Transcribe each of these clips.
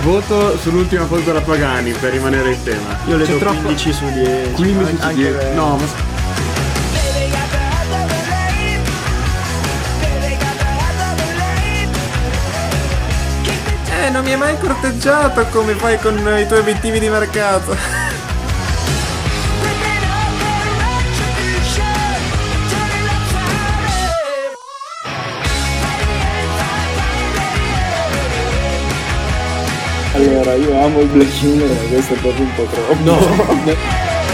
Voto sull'ultima foto della Pagani per rimanere in tema. Io le do 15 su 10. 15 su 10. No, ma non mi hai mai corteggiato come fai con i tuoi obiettivi di mercato. Allora, io amo il Black Humor, ma questo è proprio un po' troppo. No.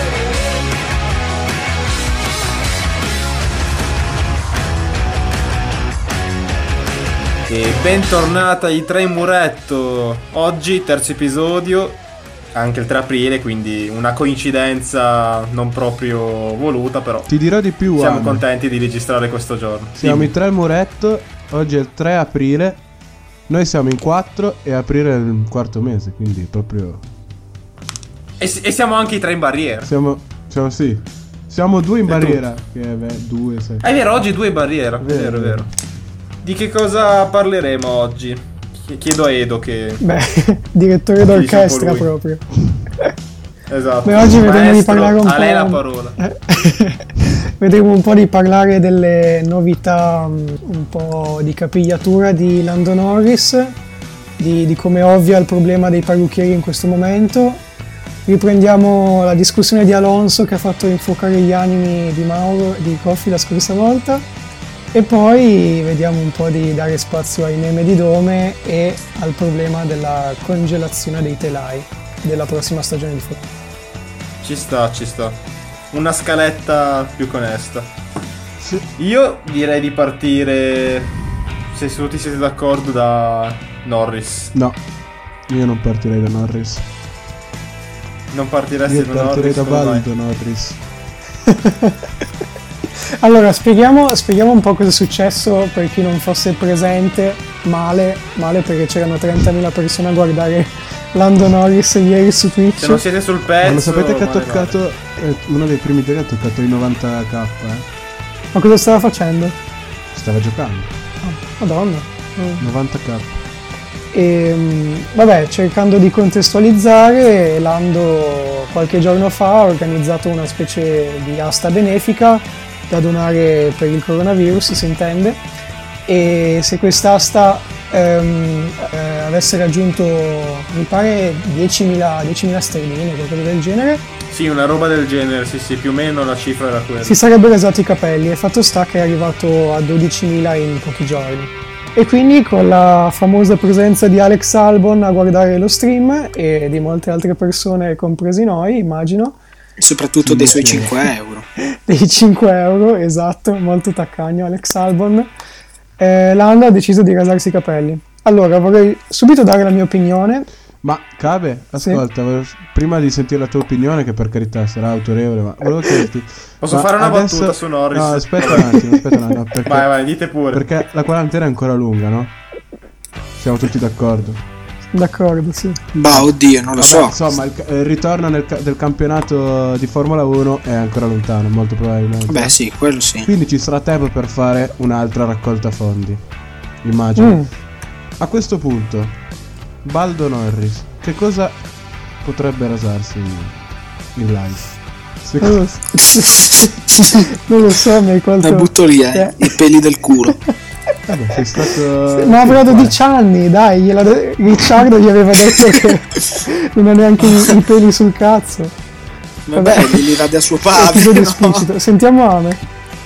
E bentornata ai 3 in muretto. Oggi terzo episodio, anche il 3 aprile, quindi una coincidenza non proprio voluta, però ti dirò di più, siamo contenti di registrare questo giorno. Siamo in 3 in muretto, oggi è il 3 aprile, noi siamo in 4 e aprile è il quarto mese, quindi proprio... E siamo anche i 3 in barriera. Siamo sì. Siamo 2 in barriera, che è 2, 6. È vero, oggi 2 in barriera, è vero. Di che cosa parleremo oggi? Chiedo a Edo che... Beh, direttore d'orchestra proprio. Esatto. Beh, oggi vedremo di parlare un po'... A lei la parola. Vedremo un po' di parlare delle novità, un po' di capigliatura di Lando Norris, di come ovvia il problema dei parrucchieri in questo momento. Riprendiamo la discussione di Alonso che ha fatto infuocare gli animi di Mauro e di Coffi la scorsa volta. E poi vediamo un po' di dare spazio ai meme di Dome e al problema della congelazione dei telai della prossima stagione di football. Ci sta. Una scaletta più che onesta. Sì. Io direi di partire, se tutti siete d'accordo, da Norris. No, io non partirei da Norris. Non partiresti da Norris? Io partirei da Baldo Norris. Allora, spieghiamo un po' cosa è successo per chi non fosse presente. Male perché c'erano 30.000 persone a guardare Lando Norris ieri su Twitch. Se non siete sul pezzo... Ma lo sapete che ha toccato, uno dei primi giorni ha toccato i 90k, Ma cosa stava facendo? Stava giocando. Madonna. 90k. E vabbè, cercando di contestualizzare, Lando qualche giorno fa ha organizzato una specie di asta benefica da donare per il coronavirus, si intende, e se quest'asta avesse raggiunto, mi pare, 10.000 sterline, qualcosa del genere. Sì, una roba del genere, sì, più o meno la cifra era quella. Si sarebbero rasati i capelli, e fatto sta che è arrivato a 12.000 in pochi giorni. E quindi con la famosa presenza di Alex Albon a guardare lo stream e di molte altre persone, compresi noi, immagino. E soprattutto dei suoi 5 euro. Dei 5 euro, esatto, molto taccagno Alex Albon. Lando ha deciso di rasarsi i capelli. Allora, vorrei subito dare la mia opinione. Ma Cabe, ascolta, prima di sentire la tua opinione, che per carità sarà autorevole, ma volevo chiederti... Posso fare una battuta su Norris? No, aspetta un attimo, perché, vai, dite pure. Perché la quarantena è ancora lunga, no? Siamo tutti d'accordo. D'accordo, sì. Bah, oddio, non lo so. Insomma, il ritorno del campionato di Formula 1 è ancora lontano, molto probabilmente. Beh, sì, quello sì. Quindi ci sarà tempo per fare un'altra raccolta fondi, immagino. A questo punto, Baldo Norris, che cosa potrebbe rasarsi in live? Non lo so, mi hai colto... La butto lì, i peli del culo. Vabbè, sei stato... Ma avrà 12 anni, dai, Ricciardo gli aveva detto che non ha neanche i peli sul cazzo. Vabbè, li rade a suo padre, no? Sentiamo Ame.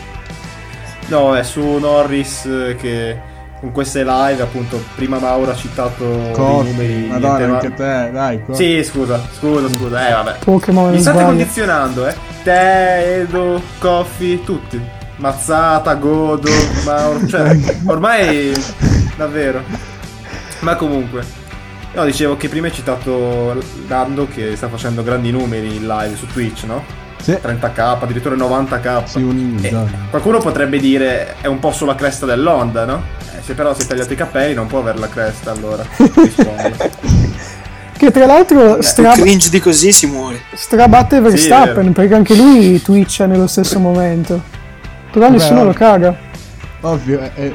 No, è su Norris che con queste live, appunto, prima Mauro ha citato dei numeri. Madonna, anche te, dai. Sì, scusa, vabbè. Pokémon mi state condizionando, Te, Edo, Coffi, tutti. Mazzata, Godo, Mauro, cioè, ormai davvero. Ma comunque, no, dicevo che prima hai citato Lando che sta facendo grandi numeri in live su Twitch, no? Sì. 30k, addirittura 90k. Sì, qualcuno potrebbe dire è un po' sulla cresta dell'onda, no? Se però si è tagliato i capelli non può avere la cresta, allora rispondo. Che tra l'altro cringe di così si muore. Strabatte Verstappen, sì, perché anche lui twitcha nello stesso momento. Però nessuno lo caga. Ovvio,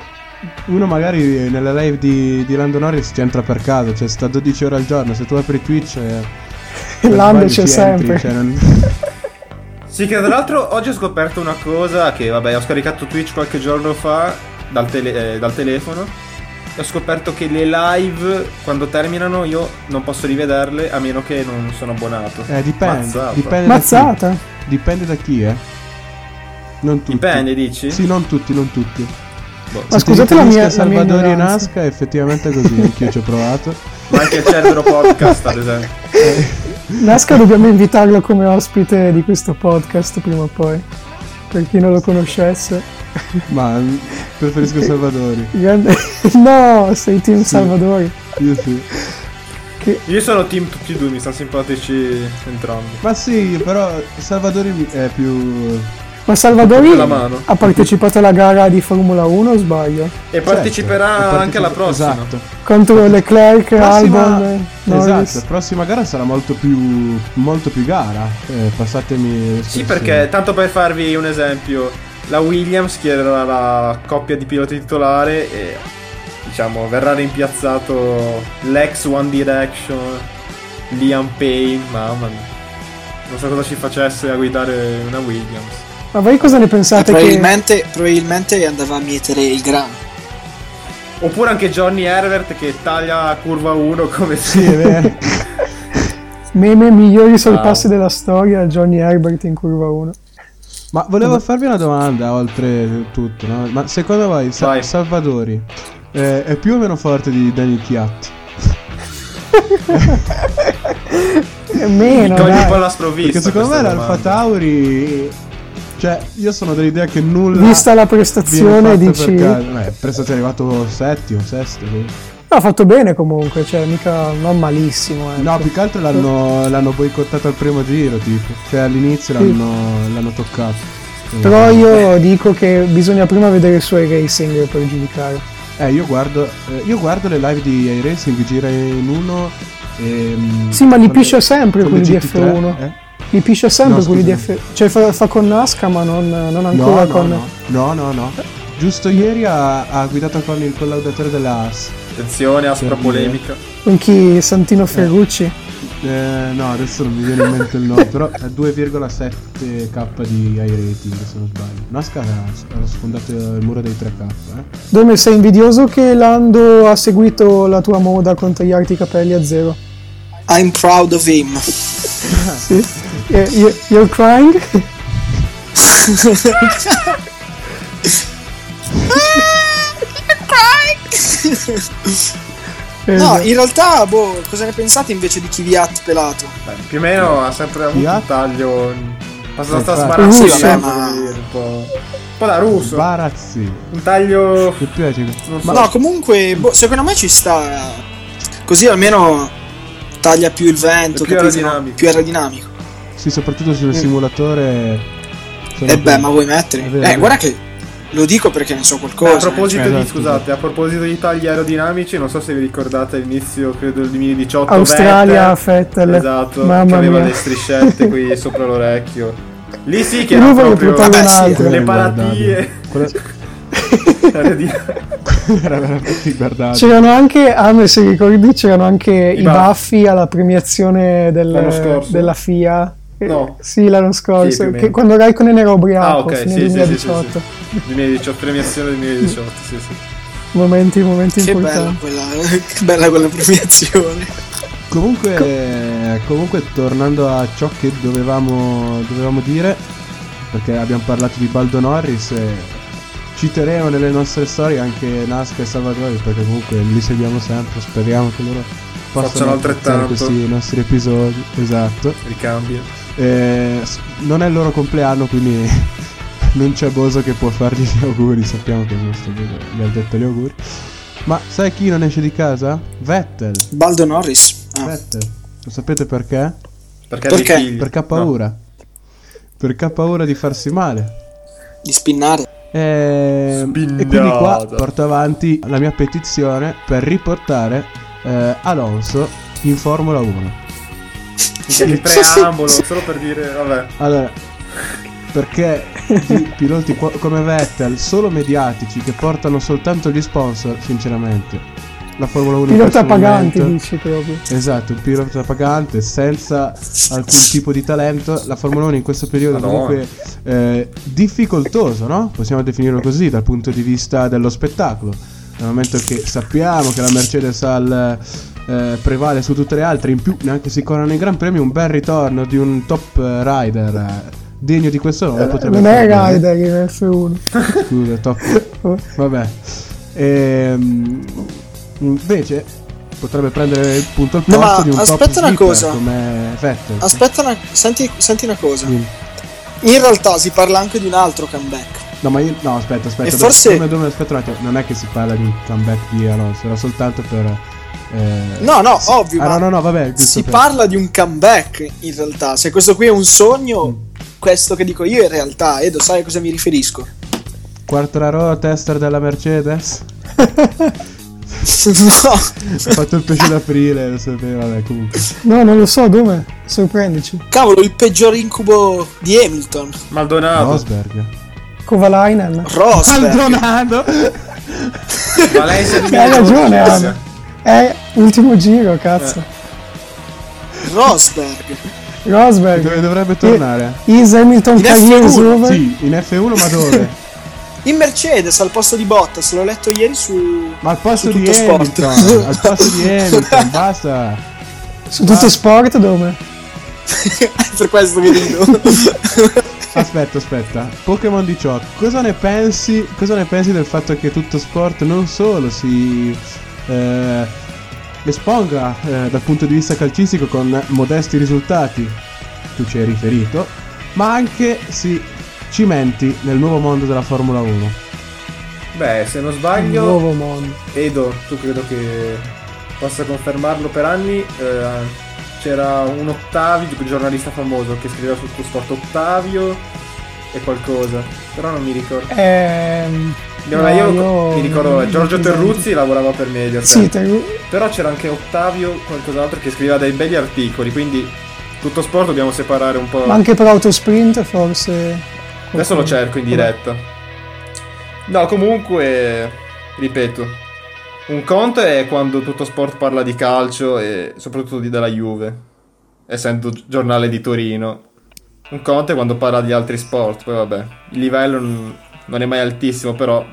uno magari nella live di Lando Norris ci entra per caso, cioè sta 12 ore al giorno, se tu apri Twitch Lando c'è sempre. Cioè Sì, che tra l'altro oggi ho scoperto una cosa che, vabbè, ho scaricato Twitch qualche giorno fa dal telefono e ho scoperto che le live quando terminano io non posso rivederle a meno che non sono abbonato. Dipende Mazzata. da chi. Dipende da chi, Non tutti. Dipende, dici? Sì, non tutti. Ma scusate la mia Salvadori e ignoranza. Nasca, effettivamente è così, anch'io ci ho provato. Ma anche il Cerbero Podcast, ad esempio. Nasca dobbiamo invitarlo come ospite di questo podcast prima o poi, per chi non lo conoscesse. Ma preferisco Salvadori. No, sei team Salvadori. Io sì. Io sono team tutti e due, mi stanno simpatici entrambi. Ma sì, però Salvadori è più... Ma Salvadori la mano. ha partecipato alla gara di Formula 1 o sbaglio? E parteciperà anche alla prossima. Esatto. Contro Leclerc, Albon, Norris. Esatto, la prossima gara sarà molto più gara. Passatemi. Sì, perché tanto per farvi un esempio, la Williams schiererà la coppia di piloti titolare e diciamo verrà rimpiazzato l'ex One Direction Liam Payne. Mamma mia, non so cosa ci facesse a guidare una Williams. Ma voi cosa ne pensate? Probabilmente andava a mietere il grano. Oppure anche Johnny Herbert che taglia curva 1 come Sì, se... è vero. Meme migliori sorpassi della storia, Johnny Herbert in curva 1. Ma volevo farvi una domanda oltre tutto, no? Ma secondo voi Vai. Salvadori è più o meno forte di Daniel Chiat? Meno, Togli un dai. po' la sprovvista. Perché secondo me questa l'Alfa domanda. Tauri, cioè io sono dell'idea che nulla Vista la viene prestazione fatto dici... per caso. Prestazione è arrivato settimo, sesto. Quindi. No, ha fatto bene comunque, cioè mica non malissimo. No, più che altro l'hanno boicottato al primo giro, tipo. Cioè all'inizio l'hanno toccato. Però io dico che bisogna prima vedere i suoi racing per giudicare. Io guardo le live di iRacing, gira in uno e... Sì, ma li con piscia le- sempre con quelli le di GT3, F1. Li piscia sempre No, quelli di scusami. F1. Cioè fa con Nasca ma non ancora con... No. Giusto ieri ha guidato con il collaudatore della Haas. Attenzione, aspra Per dire. polemica. Con chi? Santino Ferrucci? No, adesso non mi viene in mente il nome, però è 2,7k di iRating se non sbaglio. Nasca ha sfondato il muro dei 3k. Dove sei invidioso che Lando ha seguito la tua moda con tagliarti i capelli a zero? I'm proud of him. Sì? You're crying? No, in realtà, cosa ne pensate invece di Kvyat pelato? Beh, più o meno ha sempre avuto Fiat? un taglio abbastanza Infatti. Sì, sbarazzino, vabbè, ma- un po' da russo. Barazzi. Un taglio... Ti piace? non so. Ma no, comunque, secondo me ci sta. Così almeno taglia più il vento, È più capito? aerodinamico. Più aerodinamico. Sì, soprattutto sul simulatore. sono E beh, più- ma vuoi mettere? È vero. Guarda che lo dico perché ne so qualcosa. A proposito cioè, di, esatto. scusate, a proposito di tagli aerodinamici, non so se vi ricordate all'inizio, credo del 2018, Australia, Vettel. esatto, che Mamma aveva mia. le striscette qui sopra l'orecchio. Lì sì che Io era voglio proprio portare un sì, altro. le Guardate. paratie. Quello- Era veramente guardato. C'erano anche, se ricordi, c'erano anche i baffi. baffi alla premiazione L'anno scorso? della FIA. No. Sì, l'anno Sì, scorso, più o meno. che quando Raikkonen era ubriaco, Ah, ok, fine sì, sì, 2018. sì. 2018, premiazione 2018, sì, sì. Momenti Che bella importanti. che bella quella premiazione. Comunque tornando a ciò che dovevamo dire, perché abbiamo parlato di Baldo Norris, citeremo nelle nostre storie anche Nasca e Salvadori, perché comunque li seguiamo sempre, speriamo che loro Facciano possano apprezzare altrettanto. questi nostri episodi. Esatto. Ricambio. Non è il loro compleanno, quindi non c'è Boso che può fargli gli auguri. Sappiamo che il nostro Boso gli ha detto gli auguri. Ma sai chi non esce di casa? Vettel. Baldo Norris. Ah. Vettel. Lo sapete perché? Perché? Perché? ha dei figli. Perché ha paura. Perché ha paura di farsi male. Di spinnare. E quindi qua porto avanti la mia petizione per riportare Alonso in Formula 1. Il preambolo, solo per dire, vabbè. Allora, perché di piloti come Vettel, solo mediatici, che portano soltanto gli sponsor, sinceramente. La Formula 1 pilota in questo pagante, momento, dici proprio. esatto, un pilota pagante senza alcun tipo di talento. La Formula 1 in questo periodo comunque difficoltoso, no? Possiamo definirlo così dal punto di vista dello spettacolo, nel momento che sappiamo che la Mercedes prevale su tutte le altre, in più neanche si corrono nei Gran Premi. Un bel ritorno di un top rider degno di questo nome potrebbe non è fare rider in F1. scusa, top. Vabbè, invece potrebbe prendere il punto al No, posto ma di un top aspetta una sleeper cosa. come Vettel. Aspetta senti una cosa. Dimmi. In realtà si parla anche di un altro comeback. No, aspetta, E forse- aspetta un attimo, non è che si parla di un comeback di Alonso, era soltanto per No, ovvio. ma no, vabbè, giusto si per- parla di un comeback in realtà. Se questo qui è un sogno, questo che dico io in realtà, Edo, sai a cosa mi riferisco? Quartararo, tester della Mercedes. No. Ha fatto il pesce d'aprile, lo sapevo, vabbè, comunque. No, non lo so, dove? Sorprendici. Cavolo, il peggior incubo di Hamilton. Maldonado. Rosberg. Kovalainen. Rosberg. Maldonado. Valencia Hai ragione, 2012. Anna. È ultimo giro, cazzo. Rosberg. Rosberg. Dove dovrebbe tornare? Is Hamilton In career is F1. over? Sì, in F1, ma dove? In Mercedes al posto di Bottas, l'ho letto ieri su. Ma al posto Su di Tutto Sport. Hamilton, al posto di Hamilton, basta. Su tutto sport dove? È per questo che dico. Aspetta. Pokémon 18. Cosa ne pensi del fatto che Tutto Sport non solo si esponga dal punto di vista calcistico con modesti risultati, tu ci hai riferito, ma anche si cimenti nel nuovo mondo della Formula 1? Beh, se non Il sbaglio, nuovo mondo. Edo, tu credo che possa confermarlo, per anni c'era un Ottavio, tipo giornalista famoso, che scriveva su Sport Ottavio e qualcosa, però non mi ricordo. No, Io mi ricordo non Giorgio mi Terruzzi lavorava per Mediaset. Sì, Però c'era anche Ottavio qualcos'altro che scriveva dei belli articoli, quindi Tutto Sport dobbiamo separare un po'. ma anche per Autosprint forse. Adesso lo cerco in diretta. No, comunque, ripeto, un conto è quando Tutto Sport parla di calcio e soprattutto della Juve, essendo giornale di Torino. Un conto è quando parla di altri sport, poi vabbè, il livello non è mai altissimo, però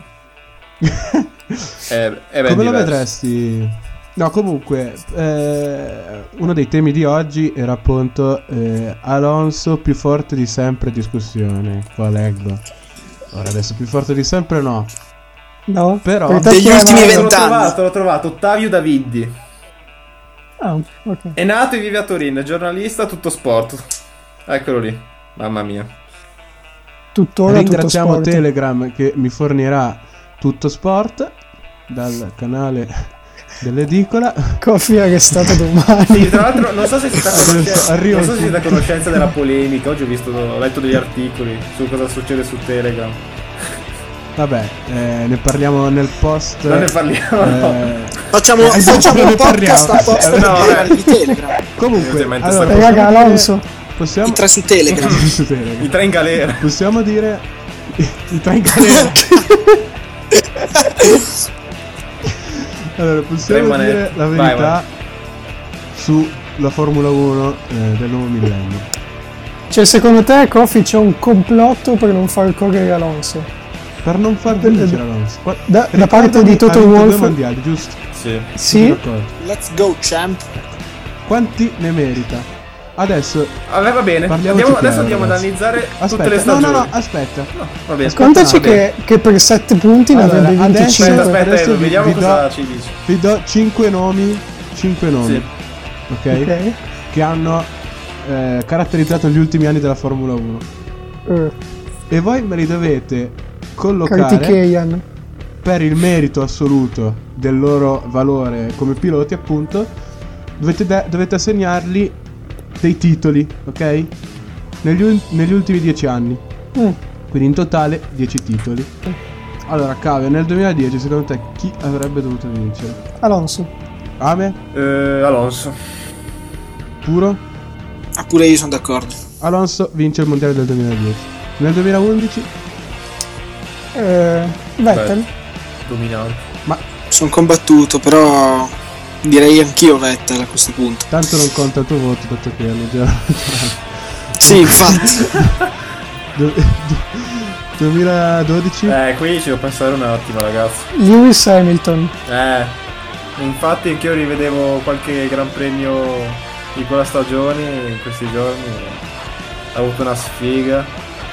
è ben Come lo diverso. vedresti? No, comunque, uno dei temi di oggi era appunto Alonso più forte di sempre discussione. Qua leggo. Ora adesso più forte di sempre no. No? Però- Per te Degli chi era- ultimi 20 L'ho trovato, Ottavio Daviddi. Ah, ok. È nato e vive a Torino, è giornalista Tutto Sport. Eccolo lì, mamma mia. Tuttora tutto Ringraziamo sport. Telegram che mi fornirà Tutto Sport dal canale dell'edicola. Coffee arrestato domani. Sì, tra l'altro non so se siete a conoscenza, Arrivo non so se qui. siete a conoscenza della polemica. Oggi ho letto degli articoli su cosa succede su Telegram. Vabbè, ne parliamo nel post. Non ne parliamo, no. Facciamo ne un parliamo. podcast apposta No, di Telegram. Comunque, Ovviamente allora, sta- Raga, Alonso. possiamo I tre su Telegram. su Telegram. I tre in galera. Possiamo dire i tre in galera. Allora, possiamo Tre dire manette. la Vai, verità vai. sulla Formula 1 del nuovo millennio. Cioè, secondo te, Coffee, c'è un complotto per non far correre Alonso? Per non far vincere Alonso. Da parte di Toto ha vinto Wolff? 2 mondiali, giusto? Sì. Sì? D'accordo. Let's go, champ. Quanti ne merita? Adesso Vabbè, va bene. Parliamoci Adesso chiaro, andiamo ad ragazzi. analizzare tutte aspetta, le no, stagioni. aspetta. Va bene. Contaci va bene. che per 7 punti ne Allora, avrebbe vinti adesso- 5. Aspetta, Adesso Edo, vediamo vi cosa do- ci dici. Vi do 5 nomi. 5 nomi. Sì. Ok? Ok. Che hanno caratterizzato gli ultimi anni della Formula 1. E voi me li dovete collocare Kartikeyan. per il merito assoluto del loro valore come piloti, appunto. Dovete assegnargli dei titoli, ok? Negli ultimi 10 anni. Quindi in totale 10 titoli. Allora, Cave, nel 2010 secondo te chi avrebbe dovuto vincere? Alonso. Ame? Alonso. Puro? Ah, pure io sono d'accordo. Alonso vince il mondiale del 2010. Nel 2011? Vettel. Dominante. Ma Sono combattuto, però direi anch'io Vettel a questo punto. tanto non conta il tuo voto, dato che hanno già... Sì, infatti. 2012? Qui ci devo pensare un attimo, ragazzi. Lewis Hamilton. Infatti anch'io rivedevo qualche gran premio di quella stagione in questi giorni. Ha avuto una sfiga.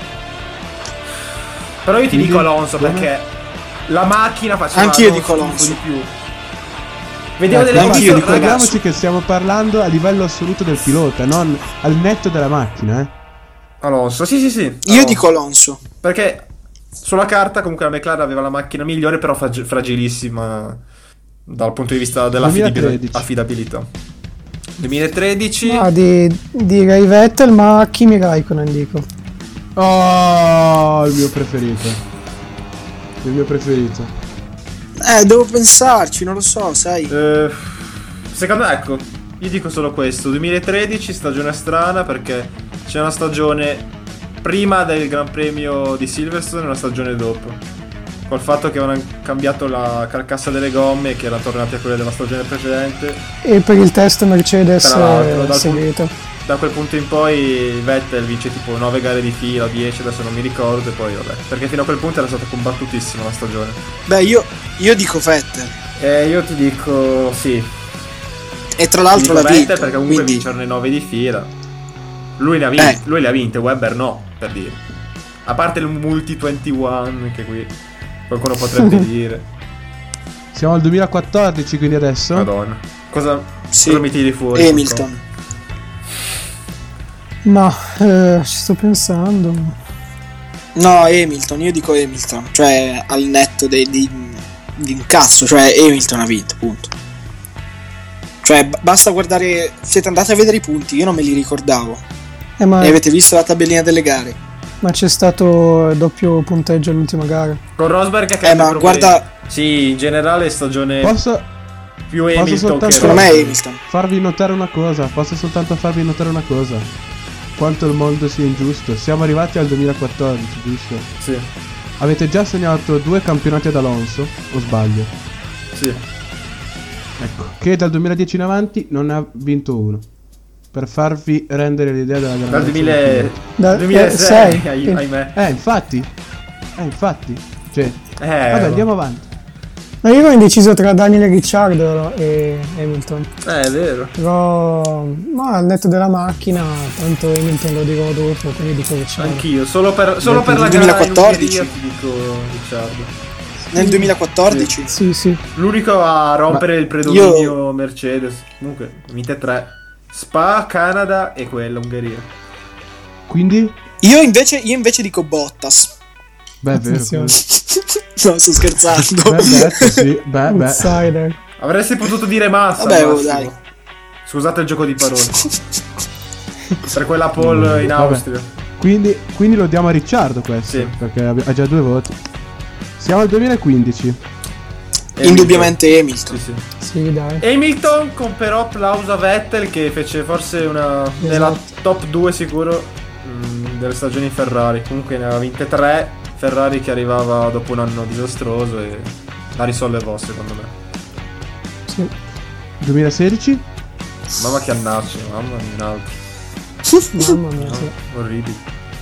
Però io ti Quindi, dico Alonso come? perché la macchina faceva Anch'io lo dico schifo Alonso. di più. Vedevo delle anch'io piste, dico Ricordiamoci ragazzi. che stiamo parlando a livello assoluto del pilota, non al netto della macchina, Alonso, sì. Io Alonso. dico Alonso. Perché sulla carta comunque la McLaren aveva la macchina migliore, però fragilissima dal punto di vista della 2013. affidabilità. 2013. No, direi Vettel, ma Kimi Raikkonen dico. Oh, il mio preferito. Il mio preferito. Devo pensarci, non lo so, sai. Secondo me, ecco, io dico solo questo. 2013, stagione strana perché c'è una stagione prima del Gran Premio di Silverstone e una stagione dopo. Col fatto che avevano cambiato la carcassa delle gomme e che erano tornati a quelle della stagione precedente. E per il test Mercedes Tra l'altro, segreto. Da quel punto in poi Vettel vince tipo 9 gare di fila, 10, adesso non mi ricordo, e poi vabbè. Perché fino a quel punto era stata combattutissima la stagione. Beh, io dico Vettel. Io ti dico sì. E tra Ti l'altro dico l'ha Vettel vinto. perché comunque Quindi vincerne 9 di fila. Lui le ha vinte, Webber no, per dire. A parte il Multi 21 che qui qualcuno potrebbe dire. Siamo al 2014, quindi adesso. Madonna. Cosa sì, mi tiri fuori? Hamilton. Ma ci sto pensando. No, Hamilton, io dico Hamilton. Cioè, al netto di incazzo. Cioè, Hamilton ha vinto, punto. Cioè, basta guardare. Siete andati a vedere i punti, io non me li ricordavo. Ma, E avete visto la tabellina delle gare. ma c'è stato doppio punteggio all'ultima gara. Con Rosberg che ha Ma problemi. guarda, Sì, in generale stagione Posso più Hamilton soltanto- che secondo me Rosberg. Hamilton. farvi notare una cosa? Posso soltanto farvi notare una cosa? Quanto il mondo sia ingiusto. Siamo arrivati al 2014, giusto? Sì, Avete già segnato 2 campionati ad Alonso, o sbaglio? sì. Ecco, che dal 2010 in avanti non ne ha vinto uno. Per farvi rendere l'idea della grandezza. Dal 2000... Da- 2006, sei. ahimè. infatti. Cioè, vabbè, vabbè. andiamo avanti. Ma io ero indeciso tra Daniel Ricciardo e Hamilton. È vero. Però ma al netto della macchina, tanto Hamilton lo dirò dopo, quindi dico Ricciardo. Anch'io, solo per la gara in 2014. Ungheria ti dico Ricciardo. Nel 2014. Sì. L'unico a rompere il predominio Mercedes. Comunque, vinte 3. Spa, Canada e quella Ungheria. Quindi? Io invece dico Bottas. Beh, è vero. Attenzione. No, sto scherzando. Beh, sì. Beh. Outsider. Avresti potuto dire Massa. Vabbè, Massimo. dai. Scusate il gioco di parole. Per quella pole in Vabbè. Austria. Quindi lo diamo a Ricciardo questo. Sì. Perché ha già 2 voti. Siamo al 2015. Indubbiamente Hamilton. Sì. Sì, dai. Hamilton con però applauso a Vettel che fece forse una nella top 2 sicuro delle stagioni Ferrari. Comunque ne aveva vinte 3. Ferrari che arrivava dopo un anno disastroso e la risollevò secondo me. Sì. 2016? Mamma che annaccio, mamma mia, in alto. Mamma mia, sì. Orribile.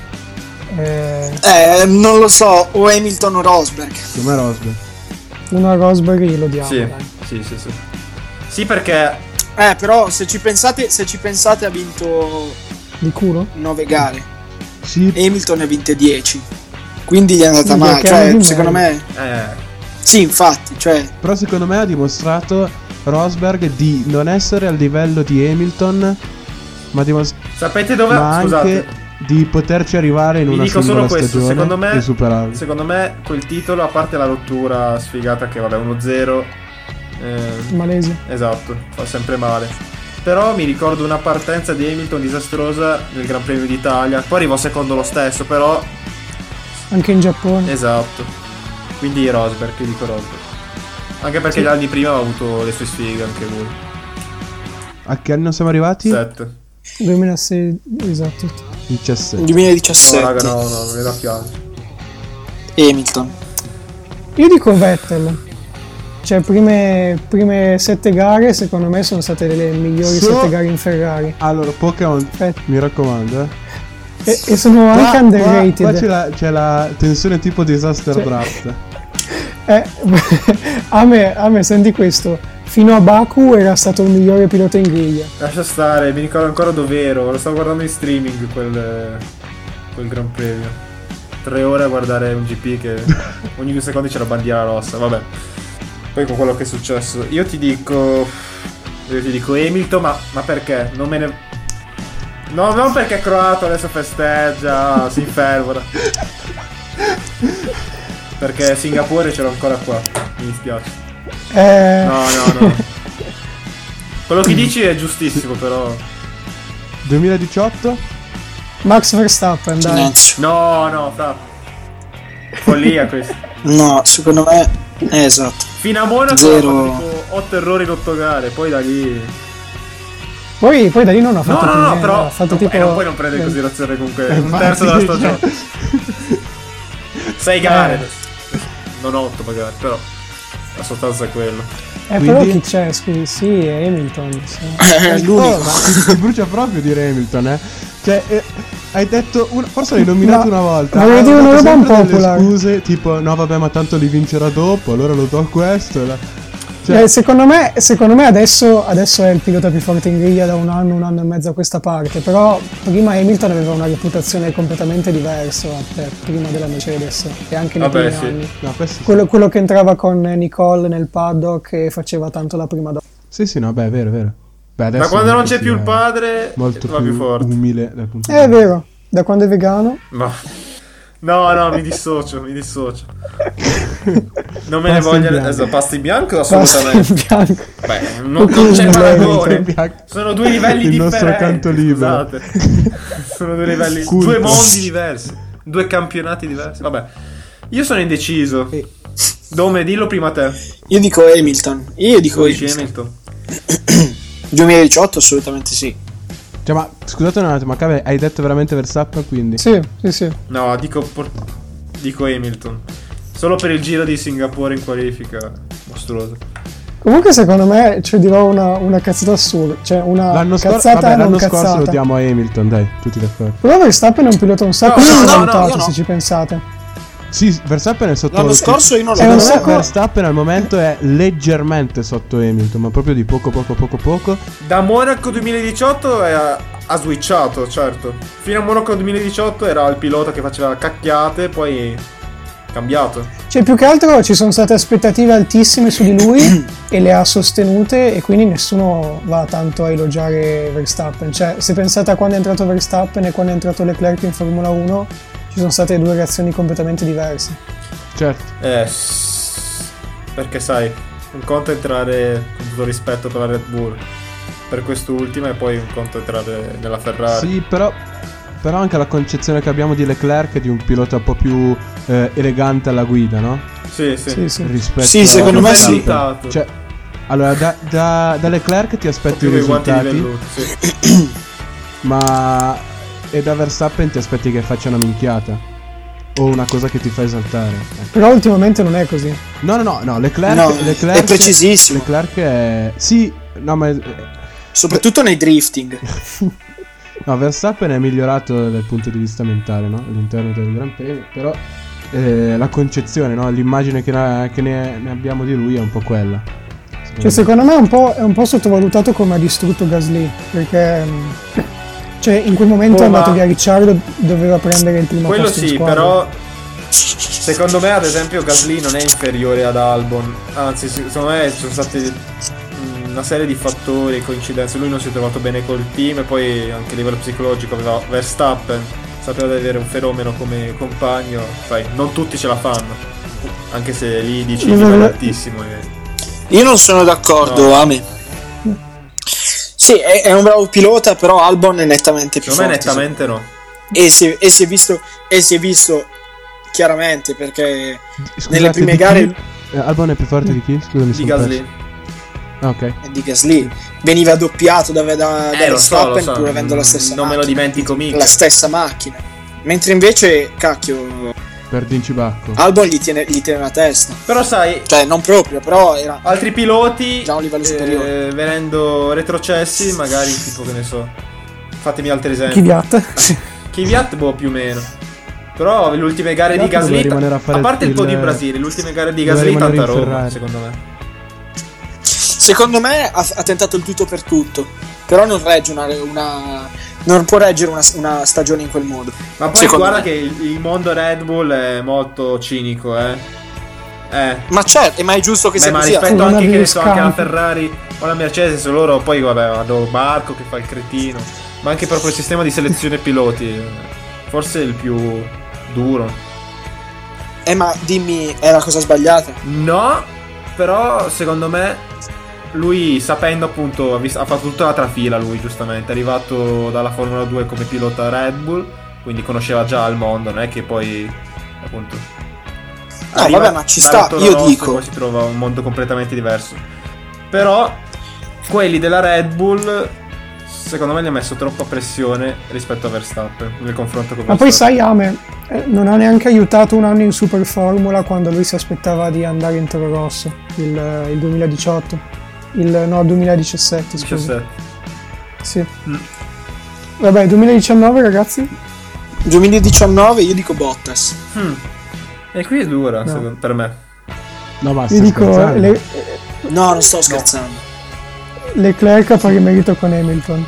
Non lo so, o Hamilton o Rosberg. Come Rosberg. Uno a Rosberg io lo diamo. Sì, Dai. sì. Sì, perché Però se ci pensate ha vinto Di culo? 9 gare. Sì. Hamilton ne ha vinte 10. Quindi gli è andata Sì, male. perché Cioè, non è secondo me. Sì, infatti, cioè. Però secondo me ha dimostrato Rosberg di non essere al livello di Hamilton, ma sapete dove? ma Scusate. anche di poterci arrivare in Vi una dico singola solo questo, stagione e superarlo. secondo me quel titolo, a parte la rottura sfigata che vabbè 1-0 Malese. esatto, fa sempre male. Però mi ricordo una partenza di Hamilton disastrosa nel Gran Premio d'Italia. Poi arrivò secondo lo stesso, però Anche in Giappone. esatto. Quindi Rosberg, io dico Rosberg. Anche perché Sì. gli anni prima aveva avuto le sue sfighe anche lui. A che anno siamo arrivati? 7. 2006, esatto. 17. 2017. No, raga, no, non mi da piangere. Hamilton. Io dico Vettel. Cioè, prime 7 gare, secondo me, sono state le migliori 7 gare in Ferrari. Allora, Pokémon, mi raccomando, E sono anche underrated. Qua c'è la tensione tipo disaster draft. A me, senti questo. Fino a Baku era stato il migliore pilota in griglia. Lascia stare, mi ricordo ancora dov'ero. Lo stavo guardando in streaming quel Gran Premio. 3 ore a guardare un GP che ogni 2 secondi c'è la bandiera rossa. Vabbè. Poi con quello che è successo. Io ti dico Hamilton, ma perché? Non me ne... No, non perché è croato, adesso festeggia, si infervora. Perché Singapore ce l'ho ancora qua, mi dispiace. No. Quello che dici è giustissimo, però. 2018? Max Verstappen, dai. Silenzio. No, follia questo. No, secondo me esatto. Fino a Monaco Zero. ha fatto tipo 8 errori in 8 gare, poi da lì... Poi da lì non ha fatto più niente, però ha fatto non, tipo... non puoi non prendere in considerazione comunque un infatti, terzo della stagione. 6 gare, non 8 magari, però la sostanza è quello. Però chi c'è? Scusi, sì, è Hamilton. Sì. È l'unico. Ma ti brucia proprio dire Hamilton, Cioè, hai detto, forse l'hai nominato una volta. Ma dire una roba un popolare. Scuse, tipo, no vabbè, ma tanto li vincerà dopo, allora lo do a questo. Cioè, secondo me adesso è il pilota più forte in griglia da un anno e mezzo a questa parte. Però prima Hamilton aveva una reputazione completamente diversa prima della Mercedes. E anche nei primi anni. No, Quello che entrava con Nicole nel paddock e faceva tanto la prima donna. Sì, no, beh, è vero. Beh, adesso da quando non c'è più il padre, molto va più forte. Umile dal punto È vero, da quando è vegano. No, mi dissocio. Non me ne voglio. Pasta in bianco? Assolutamente. In bianco. Beh, non c'è paragone. Sono 2 livelli il differenti. nostro canto libero. Scusate. Sono 2 livelli, 2 mondi diversi, 2 campionati diversi. Vabbè, io sono indeciso. Dome, dillo prima te. Io dico Hamilton. Hamilton. 2018 assolutamente sì. Cioè, ma scusate un attimo, ma Cave, hai detto veramente Verstappen quindi? Sì. No, dico Hamilton. Solo per il giro di Singapore in qualifica. Mostruoso. Comunque secondo me dirò una cazzata assurda. Cioè l'anno scorso lo diamo a Hamilton, dai, tutti d'accordo. Però Verstappen è un pilota un sacco no. se ci pensate. Sì, Verstappen è sotto. L'anno scorso io non l'ho detto. Verstappen al momento è leggermente sotto Hamilton, ma proprio di poco. Da Monaco 2018 ha switchato, certo. Fino a Monaco 2018 era il pilota che faceva cacchiate, poi cambiato. Cioè, più che altro ci sono state aspettative altissime su di lui e le ha sostenute, e quindi nessuno va tanto a elogiare Verstappen. Cioè, se pensate a quando è entrato Verstappen e quando è entrato Leclerc in Formula 1, ci sono state 2 reazioni completamente diverse. Certo. Perché sai, un conto è entrare, con tutto rispetto per la Red Bull, per quest'ultima, e poi un conto è entrare nella Ferrari. Sì, però anche la concezione che abbiamo di Leclerc è di un pilota un po' più elegante alla guida, no? Sì. Rispetto secondo me sì. Cioè, allora, da Leclerc ti aspetti i risultati, ma e da Verstappen ti aspetti che faccia una minchiata o una cosa che ti fa esaltare. Però ultimamente non è così. No, Leclerc è precisissimo. Leclerc è... Sì, no, ma... Soprattutto nei drifting. No, Verstappen è migliorato dal punto di vista mentale, no? All'interno del Gran Premio, però la concezione, no? L'immagine che ne abbiamo di lui è un po' quella. Secondo me è un po' sottovalutato come ha distrutto Gasly, perché cioè in quel momento è andato via Ricciardo, doveva prendere il primo quello posto in sì, squadra. Però secondo me ad esempio Gasly non è inferiore ad Albon, anzi secondo me ci sono stati una serie di fattori e coincidenze. Lui non si è trovato bene col team, e poi anche a livello psicologico aveva Verstappen, sapeva di avere un fenomeno come compagno, sai, non tutti ce la fanno, anche se lì dici il livello è altissimo. Io non sono d'accordo, Ame. Sì, è un bravo pilota, però Albon è nettamente più forte. Secondo me nettamente no. E si è visto chiaramente, perché nelle prime gare Albon è più forte di chi? Scusami, di Gasly. Ok. e di Gasly. Veniva doppiato da Verstappen pur avendo la stessa non macchina. me lo dimentico mica. La stessa macchina. Mentre invece, cacchio, Per Dincibacco. Albon gli tiene la testa. Però sai, Cioè, non proprio, però era altri piloti già a un livello superiore. venendo retrocessi, magari tipo, che ne so, fatemi altri esempi. Kvyat. Kvyat, boh, più o meno. Però le ultime gare di Kvyat doveva Gasly, rimanere a fare a parte il po' di il- Brasile, le ultime gare di doveva Gasly rimanere tanta in roba, Ferrari. secondo me. Secondo me ha tentato il tutto per tutto. Però non regge non può reggere una stagione in quel modo. Ma poi Secondo guarda me. che il mondo Red Bull è molto cinico, Ma certo, ma è giusto che Beh, sia ma così. rispetto Non anche, che avevi ne so, anche alla scampo. Ferrari o alla Mercedes, loro poi vabbè hanno Marco che fa il cretino, ma anche proprio il sistema di selezione piloti forse è il più duro. Ma dimmi, è la cosa sbagliata? No, però secondo me lui, sapendo appunto, ha fatto tutta la trafila lui, giustamente, è arrivato dalla Formula 2 come pilota Red Bull, quindi conosceva già il mondo, non è che poi appunto Vabbè, ma ci dalla sta, Toro io Rosso, dico. poi si trova un mondo completamente diverso. Però quelli della Red Bull secondo me gli ha messo troppa pressione rispetto a Verstappen nel confronto con Ma poi Verstappen. sai, Ame non ha neanche aiutato un anno in Super Formula quando lui si aspettava di andare in Toro Rosso, il 2018. 2017, scusa. 17. Sì. Vabbè, 2019 ragazzi? 2019 io dico Bottas. E qui è dura No. per me. No, ma Io stai dico scherzando? No, non sto scherzando. Leclerc a pari merito con Hamilton.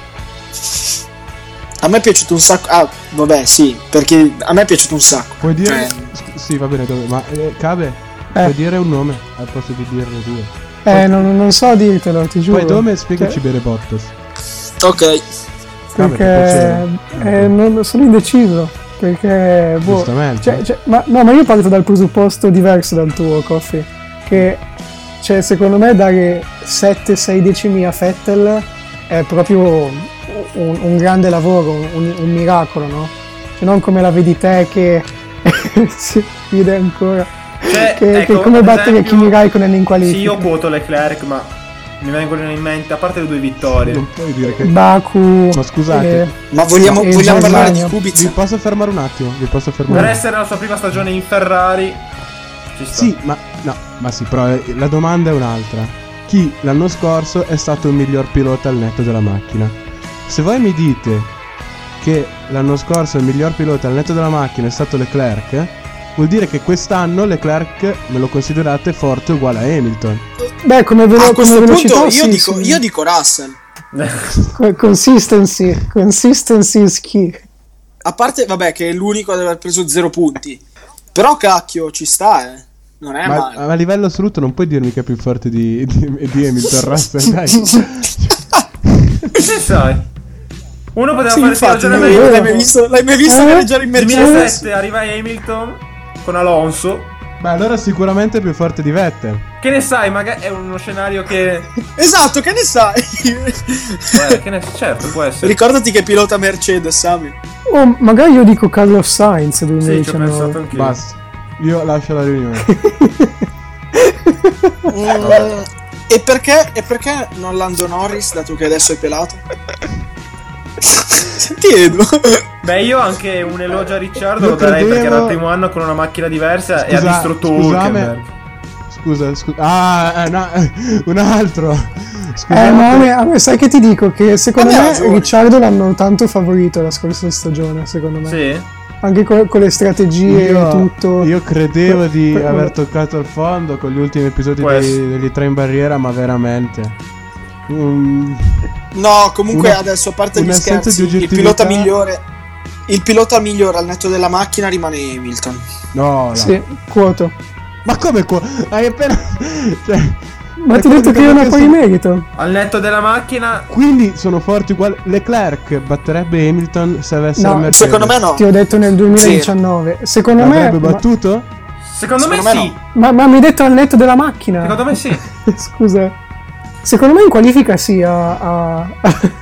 A me è piaciuto un sacco. Ah, vabbè, sì, perché a me è piaciuto un sacco. Puoi dire... Cioè, Sì, va bene, ma Cabe, puoi dire un nome al posto di dirne due. Non so dirtelo, ti giuro. Poi Dome, spiegaci Cioè, bene Bottas. ok. perché non sono indeciso. Perché Giustamente. ma io parto dal presupposto diverso dal tuo, Coffee. Che secondo me dare 7-6 decimi a Vettel è proprio un grande lavoro, un miracolo, no? Cioè, non come la vedi te che si ride ancora. Cioè, che ecco, è come ad battere esempio, Kimi Raikkonen in qualifica. Sì, io quoto Leclerc, ma mi vengono in mente, a parte le 2 vittorie, Non puoi dire che... Baku. Ma scusate. Ma vogliamo E parlare Germania. di Vi Kubica? posso fermare un attimo? Vi posso per fermare? essere la sua prima stagione in Ferrari ci sta. Sì, ma no, ma sì, però la domanda è un'altra. Chi l'anno scorso è stato il miglior pilota al netto della macchina? Se voi mi dite che l'anno scorso il miglior pilota al netto della macchina è stato Leclerc, vuol dire che quest'anno Leclerc me lo considerate forte uguale a Hamilton. Beh, come A questo velocità, punto sì, io dico Russell. Consistency is key. A parte, vabbè, che è l'unico ad aver preso 0 punti. Però cacchio, ci sta, Non è Ma male. a livello assoluto non puoi dirmi che è più forte di Hamilton Russell, dai. Che sai? Uno poteva Sì, fare sia infatti, ragionamento. l'hai mai visto gareggiare in Mercedes? 2007 arriva Hamilton con Alonso. Ma allora sicuramente è più forte di Vettel. Che ne sai, magari è uno scenario che Esatto, che ne sai? certo, può essere. Ricordati che pilota Mercedes, Sami. Oh, magari io dico Carlos Sainz Sì, ci ho 2019. pensato anch'io. Basta. Io lascio la riunione. E perché non Lando Norris, dato che adesso è pelato? Chiedo. Beh, io anche un elogio a Ricciardo Io lo darei perché credevo- era il primo anno con una macchina diversa e ha Scusa- distrutto scusame. Hülkenberg. Scusa. Ah, no, un altro. Ma a me sai che ti dico? Che secondo Vabbè, ha me ragione. Ricciardo l'hanno tanto favorito la scorsa stagione, secondo me. Sì? Anche con le strategie e tutto. Io credevo di Que- aver toccato il fondo con gli ultimi episodi Può essere. degli tre in barriera, ma veramente. No, comunque adesso, a parte gli un'assenza scherzi, di il oggettività. pilota migliore al netto della macchina rimane Hamilton. No. Sì, quoto. Ma come qua? Hai appena. Cioè, Ma ti ho detto che io non poi merito. Al netto della macchina. quindi sono forti uguali. Leclerc batterebbe Hamilton se avesse No, la Mercedes. Secondo me no. Ti ho detto nel 2019. Secondo me. L'avrebbe battuto? Secondo me Secondo me sì. Ma mi hai detto al netto della macchina? Secondo me sì. Scusa. Secondo me in qualifica sì, alla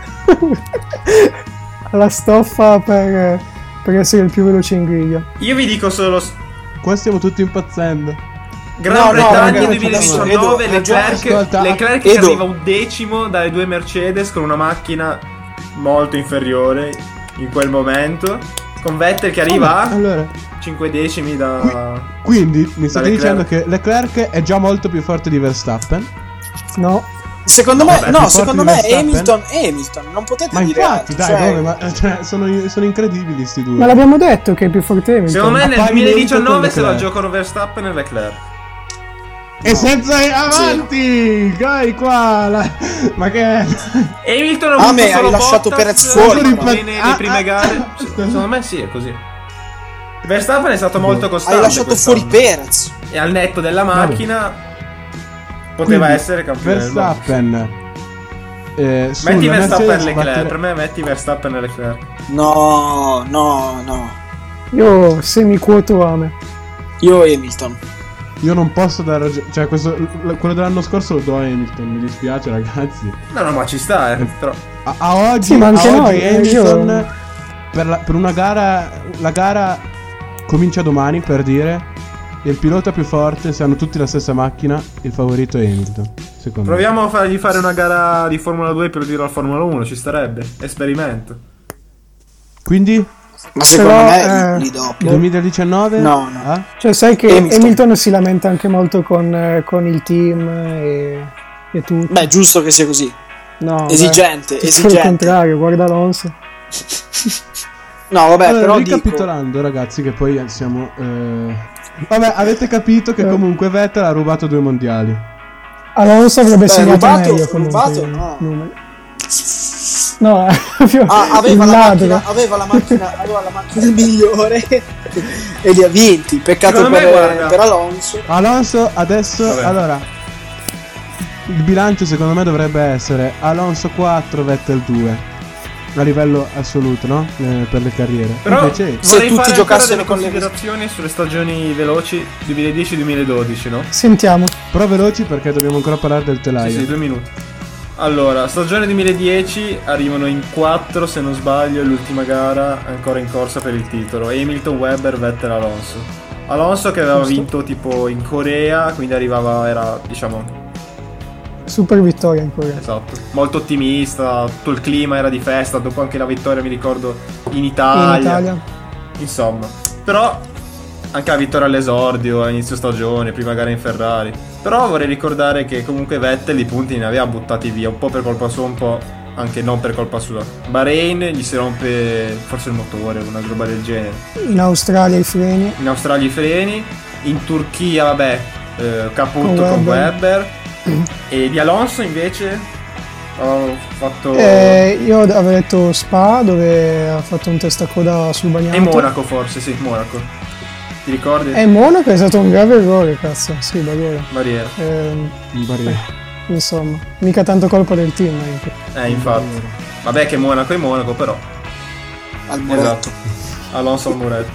stoffa per essere il più veloce in griglia. Io vi dico solo. Qua stiamo tutti impazzendo. Gran No, Bretagna raga, 2019, Edo, Leclerc che Edo. arriva 11° dalle due Mercedes con una macchina molto inferiore in quel momento, con Vettel che arriva a Allora, 5 decimi da... quindi mi state Leclerc. dicendo che Leclerc è già molto più forte di Verstappen? No, Secondo me, Vabbè, no, più secondo forti me di Verstappen? Hamilton, non potete Ma dire infatti, altro, dai, cioè, dove? Ma cioè, sono incredibili sti due. ma l'abbiamo detto che è più forte Hamilton. Secondo me nel A pari merito 2019 con se la Leclerc. giocano Verstappen e Leclerc. E senza avanti! Dai qua! Ma che è? Hamilton ha Ah, avuto me, solo hai lasciato Bottas, Perez fuori, bene però. le prime gare. Secondo me sì, è così. Verstappen è stato molto costante. hai lasciato quest'anno. fuori Perez. E al netto della macchina poteva Quindi, essere campione del mondo. Verstappen. Metti sulla Verstappen e Mercedes Leclerc. battere- Per me metti Verstappen e Leclerc. No. Io semi-quoto Ame. Io Hamilton. Io non posso dare ragione. Cioè, quello dell'anno scorso lo do a Hamilton. Mi dispiace, ragazzi. No, ma ci sta, però. A oggi, Sì, ma anche a oggi noi, Hamilton per una gara. La gara comincia domani, per dire. E il pilota più forte, se hanno tutti la stessa macchina, il favorito è Hamilton. Secondo me. Proviamo a fargli fare una gara di Formula 2 per dirlo al Formula 1, ci starebbe. Esperimento. Quindi, Ma secondo Però, me li doppio. 2019? No. Ah? Cioè, sai che Hamilton. Hamilton si lamenta anche molto con il team e tutto. Beh, giusto che sia così. No, Esigente, Tutto il esigente. contrario, guarda Alonso. No, vabbè, Allora, però dico... ricapitolando, ragazzi, che poi siamo. Vabbè, avete capito che comunque Vettel ha rubato 2 mondiali. Alonso avrebbe segnato rubato- meglio comunque. rubato, i no. numeri. No, proprio aveva il la ladro. macchina migliore e li ha vinti. Peccato Secondo me, per, guarda. per Alonso. Alonso adesso. Vabbè. Allora. Il bilancio secondo me dovrebbe essere Alonso 4, Vettel 2. A livello assoluto, no? Per le carriere. Però Invece. Se vorrei tutti fare ancora giocassero delle con le- considerazioni sulle stagioni veloci 2010-2012, no? Sentiamo. Però veloci perché dobbiamo ancora parlare del telaio. Sì, 2 minuti. Allora, stagione 2010 arrivano in 4, se non sbaglio, l'ultima gara ancora in corsa per il titolo. Hamilton, Webber, Vettel, Alonso. Alonso che aveva vinto tipo in Corea, quindi era diciamo, Super vittoria in Corea. esatto, molto ottimista, tutto il clima era di festa, dopo anche la vittoria mi ricordo in In Italia. Italia. Insomma, però anche la vittoria all'esordio, a inizio stagione, prima gara in Ferrari. Però vorrei ricordare che comunque Vettel i punti ne aveva buttati via, un po' per colpa sua, un po' anche non per colpa sua. Bahrain gli si rompe forse il motore, una roba del genere. In Australia i freni. In Australia i freni, in Turchia vabbè, caputto Con con Webber. Webber. E di Alonso invece ho fatto... Io avevo detto Spa dove ha fatto un testacoda sul bagnato. E Monaco forse, sì, Monaco. Ti ricordi? E Monaco è stato un grave errore, cazzo. Sì, barriera. Barriera. In barriera. Insomma, mica tanto colpa del team anche. Infatti. Vabbè che Monaco è Monaco però. Al muretto. Esatto. Alonso al muretto.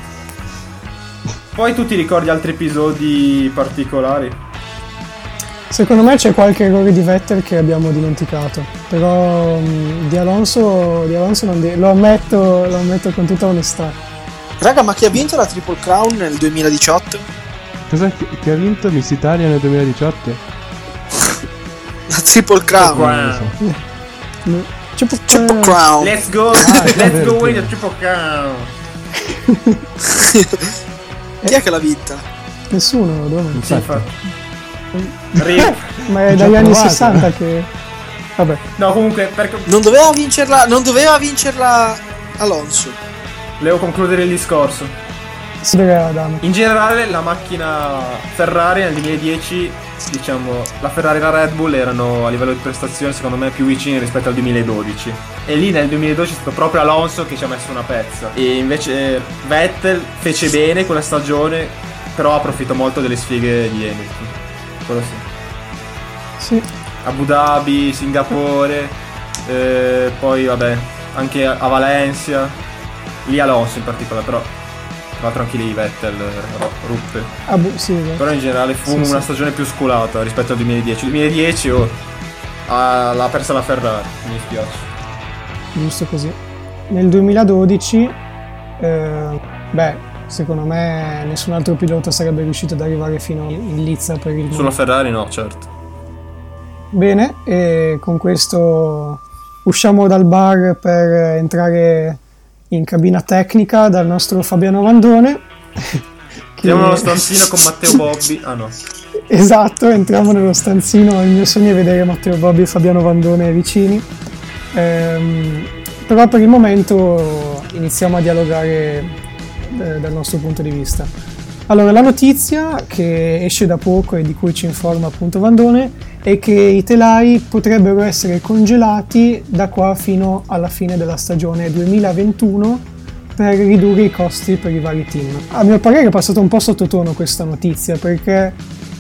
Poi tu ti ricordi altri episodi particolari? Secondo me c'è qualche errore di Vettel che abbiamo dimenticato. Però di Alonso lo ammetto con tutta onestà. Raga, ma chi ha vinto la Triple Crown nel 2018? Cos'è che ha vinto Miss Italia nel 2018? La Triple Crown. Crown. Triple Crown. Let's go, let's go win the Triple Crown. Chi è che l'ha vinta? Nessuno, dove? Sì, infatti. Rip. Ma è Già dagli anni provato. 60 che... Vabbè. No, comunque, per Non doveva vincerla Alonso. devo concludere il discorso. Si vede la dama. In generale la macchina Ferrari nel 2010, diciamo, la Ferrari e la Red Bull erano a livello di prestazione secondo me più vicine rispetto al 2012. E lì nel 2012 è stato proprio Alonso che ci ha messo una pezza. E invece Vettel fece bene quella stagione, però approfittò molto delle sfighe di Hamilton. Quello sì. Sì. Abu Dhabi, Singapore, poi vabbè, anche a Valencia. Lì Alonso in particolare, però tra l'altro anche lì Vettel ruppe. Sì, esatto. Però in generale fu Sì, una sì. stagione più scolata rispetto al 2010. Il 2010 l'ha persa la Ferrari, mi dispiace. Giusto così. Nel 2012, secondo me nessun altro pilota sarebbe riuscito ad arrivare fino in lizza per il momento. Sulla Ferrari no, certo. Bene, e con questo usciamo dal bar per entrare in cabina tecnica dal nostro Fabiano Vandone. Andiamo nello stanzino con Matteo Bobbi. Ah no. Esatto, entriamo nello stanzino. Il mio sogno è vedere Matteo Bobbi e Fabiano Vandone vicini. Però per il momento iniziamo a dialogare dal nostro punto di vista. Allora, la notizia che esce da poco e di cui ci informa appunto Vandone è che i telai potrebbero essere congelati da qua fino alla fine della stagione 2021 per ridurre i costi per i vari team. A mio parere è passata un po' sottotono questa notizia, perché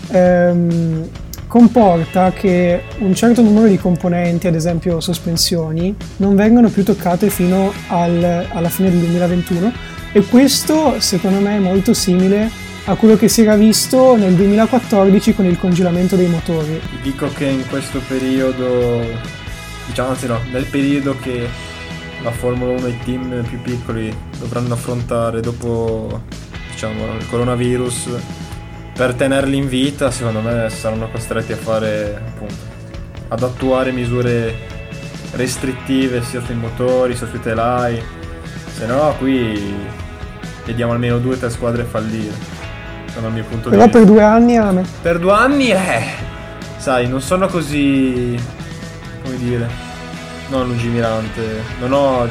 comporta che un certo numero di componenti, ad esempio sospensioni, non vengono più toccate fino alla fine del 2021, e questo secondo me è molto simile a quello che si era visto nel 2014 con il congelamento dei motori. Dico che in questo periodo, diciamo, anzi no, nel periodo che la Formula 1 e i team più piccoli dovranno affrontare dopo, diciamo, il coronavirus, per tenerli in vita, secondo me saranno costretti a fare, appunto, ad attuare misure restrittive sia sui motori sia sui telai, se no qui vediamo almeno 2 o 3 squadre fallire, dal mio punto di Però vista. per 2 anni Per 2 anni, sai, non sono così, come dire, non lungimirante, non ho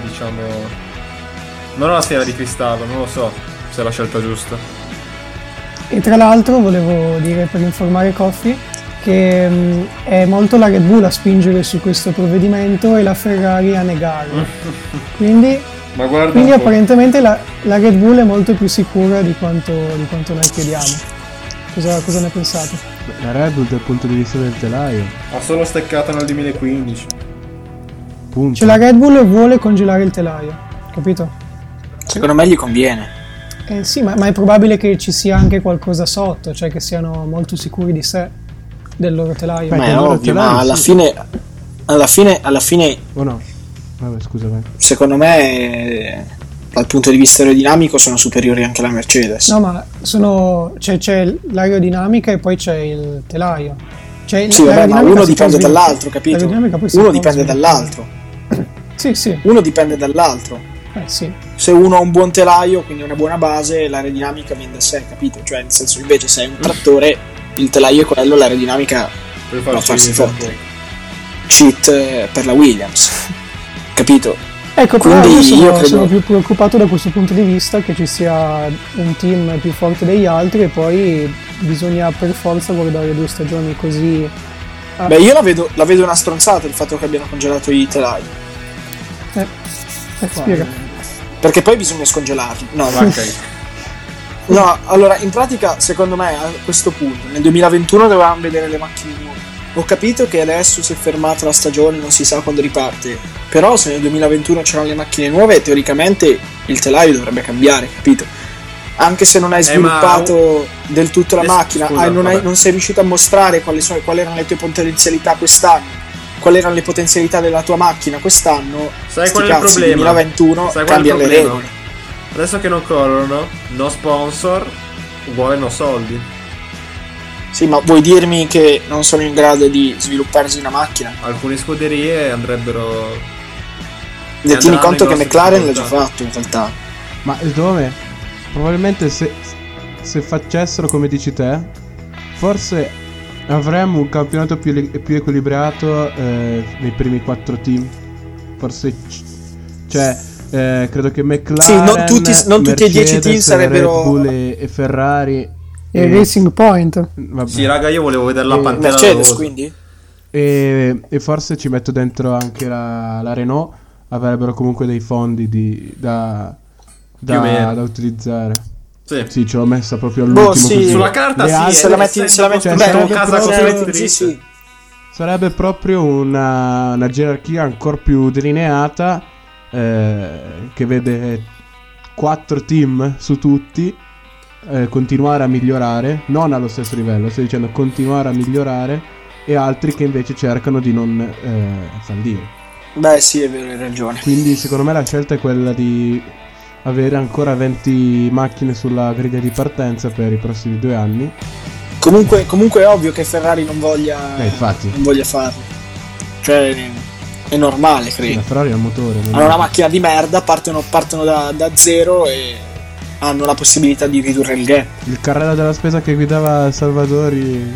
la sfera di cristallo, non lo so se è la scelta giusta. E tra l'altro volevo dire, per informare Coffee, che è molto la Red Bull a spingere su questo provvedimento e la Ferrari a negarlo. Quindi apparentemente la Red Bull è molto più sicura di quanto noi chiediamo. Cosa ne pensate? La Red Bull dal punto di vista del telaio Ha solo steccato nel 2015. punto. Cioè la Red Bull vuole congelare il telaio, capito? Secondo me gli conviene. Sì, ma è probabile che ci sia anche qualcosa sotto, cioè che siano molto sicuri di sé, del loro telaio. Beh, Ma che è loro ovvio, telaio, ma alla sì. fine O no? Vabbè, scusa, vai. secondo me dal punto di vista aerodinamico sono superiori anche alla Mercedes. No, ma c'è l'aerodinamica e poi c'è il telaio. Cioè, Sì, vabbè, ma l'aerodinamica uno si dipende può dall'altro, capito? L'aerodinamica poi si Uno può dipende sviluppare. dall'altro. Sì, Uno dipende dall'altro. sì. Se uno ha un buon telaio, quindi una buona base, l'aerodinamica viene da sé, capito? Cioè, nel senso, invece se hai un trattore, il telaio è quello, l'aerodinamica Per va a farsi farci fottere. Cheat per la Williams, capito? Ecco, però Quindi io io credo- sono più preoccupato da questo punto di vista, che ci sia un team più forte degli altri e poi bisogna per forza guardare 2 stagioni così. Beh, io la vedo una stronzata il fatto che abbiano congelato i telai, Spiega. perché poi bisogna scongelarli. No, Ok. no, allora, in pratica, secondo me, a questo punto, nel 2021 dovevamo vedere le macchine nuove. Ho capito che adesso si è fermata la stagione, non si sa quando riparte, però se nel 2021 c'erano le macchine nuove, teoricamente il telaio dovrebbe cambiare, capito? Anche se non hai sviluppato del tutto la macchina, scusa, vabbè. non sei riuscito a mostrare quali erano le tue potenzialità quest'anno, quali erano le potenzialità della tua macchina quest'anno. Sai sti qual è il cazzi, problema? 2021 Sai qual è il cambia le problema? regole. Adesso che non corrono, no sponsor, uguale no soldi. Sì, ma vuoi dirmi che non sono in grado di svilupparsi una macchina? Alcune scuderie andrebbero... Tieni andranno conto in che grosse McLaren l'ha già difficoltà. fatto in realtà. Ma dove? Probabilmente se facessero come dici te, forse avremmo un campionato più equilibrato nei primi 4 team. Forse credo che McLaren, Sì, non tutti e 10 team Mercedes, sarebbero- Red Bull e Ferrari E Racing Point. vabbè. Sì, raga, io volevo vedere la Pantera Mercedes, rosa. quindi? E forse ci metto dentro anche la Renault. Avrebbero comunque dei fondi da utilizzare. Sì. Sì, ce l'ho messa proprio all'ultimo. sì. così. Sulla carta Le sì, altre- Se la metti cioè, beh, sarebbe casa proprio- così, metti- sì. Sarebbe proprio una gerarchia ancora più delineata, che vede 4 team su tutti continuare a migliorare, non allo stesso livello, sto dicendo continuare a migliorare, e altri che invece cercano di non fallire. Beh, sì, è vero, hai ragione. Quindi secondo me la scelta è quella di avere ancora 20 macchine sulla griglia di partenza per i prossimi 2 anni. Comunque è ovvio che Ferrari non voglia infatti. non voglia farlo. Cioè è normale, credo. La Ferrari ha il motore. Hanno una macchina di merda, partono da zero e hanno la possibilità di ridurre il gap. Il carrello della spesa che guidava Salvatori.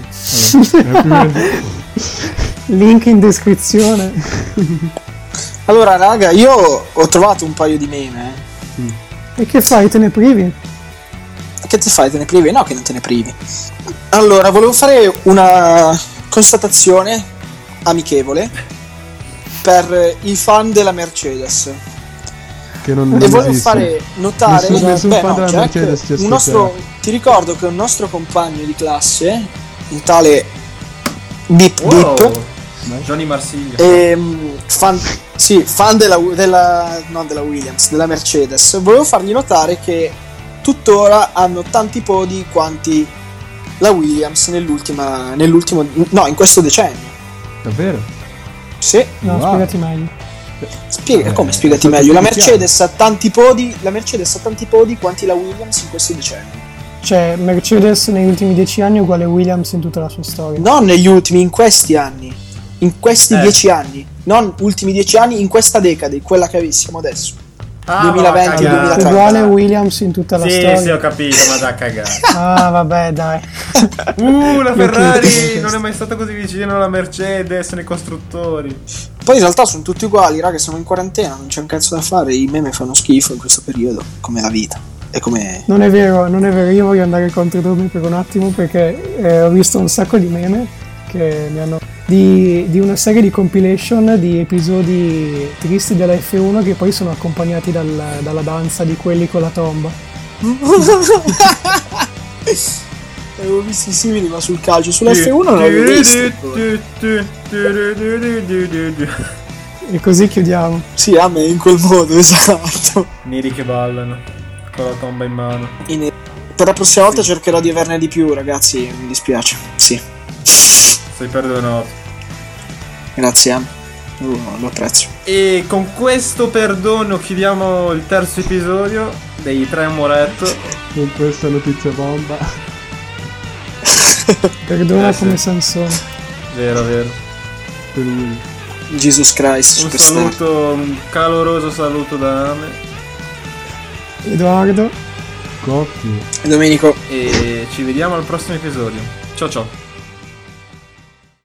Link in descrizione. Allora, raga, io ho trovato un paio di meme. E che fai? Te ne privi? Che te fai? Te ne privi? No, che non te ne privi. Allora, volevo fare una constatazione amichevole per i fan della Mercedes. Che non E volevo esiste. fare notare Nessun fan della Jack, Mercedes ti un nostro, ascolterà. ti ricordo che un nostro compagno di classe, un tale Bip Wow. Bip, Johnny Marsiglia. fan non della Williams, della Mercedes, volevo fargli notare che tuttora hanno tanti podi quanti la Williams in questo decennio. Davvero? Sì, No, Wow. spiegati meglio. come spiegati è stato meglio? La più chiaro. Mercedes ha tanti podi quanti la Williams in questo decennio. Cioè, Mercedes negli ultimi 10 anni è uguale a Williams in tutta la sua storia. Non negli ultimi, in questi anni. In questi 10 anni. Non ultimi 10 anni, in questa decade, quella che siamo adesso. 2020, 2030. Uguale a Williams in tutta la Sì, storia. sì, ho capito, ma da cagare. Ah, vabbè, dai. La Ferrari non è mai stata così vicina alla Mercedes nei costruttori. Poi in realtà sono tutti uguali, raga, siamo in quarantena, non c'è un cazzo da fare, i meme fanno schifo in questo periodo, come la vita. E come... Non è vero, io voglio andare contro Domi per un attimo perché ho visto un sacco di meme che mi hanno di una serie di compilation di episodi tristi della F1 che poi sono accompagnati dalla danza di quelli con la tromba. Avevo visti simili ma sul calcio, sulla F1 non l'avevo visto. E così chiudiamo. Sì, a me in quel modo, esatto. Neri che ballano con la tomba in mano. Per la prossima volta cercherò di averne di più, ragazzi, mi dispiace. Sì. Sei perdonato. Grazie, lo apprezzo. E con questo perdono chiudiamo il terzo episodio dei Tre Amoretto. Con questa notizia bomba. Perdona Sì. come Sansone. Vero. Per lui. Jesus Christ, Un superstar. saluto, un caloroso saluto da Ame. Edoardo. Coffi. E Domenico. E ci vediamo al prossimo episodio. Ciao ciao.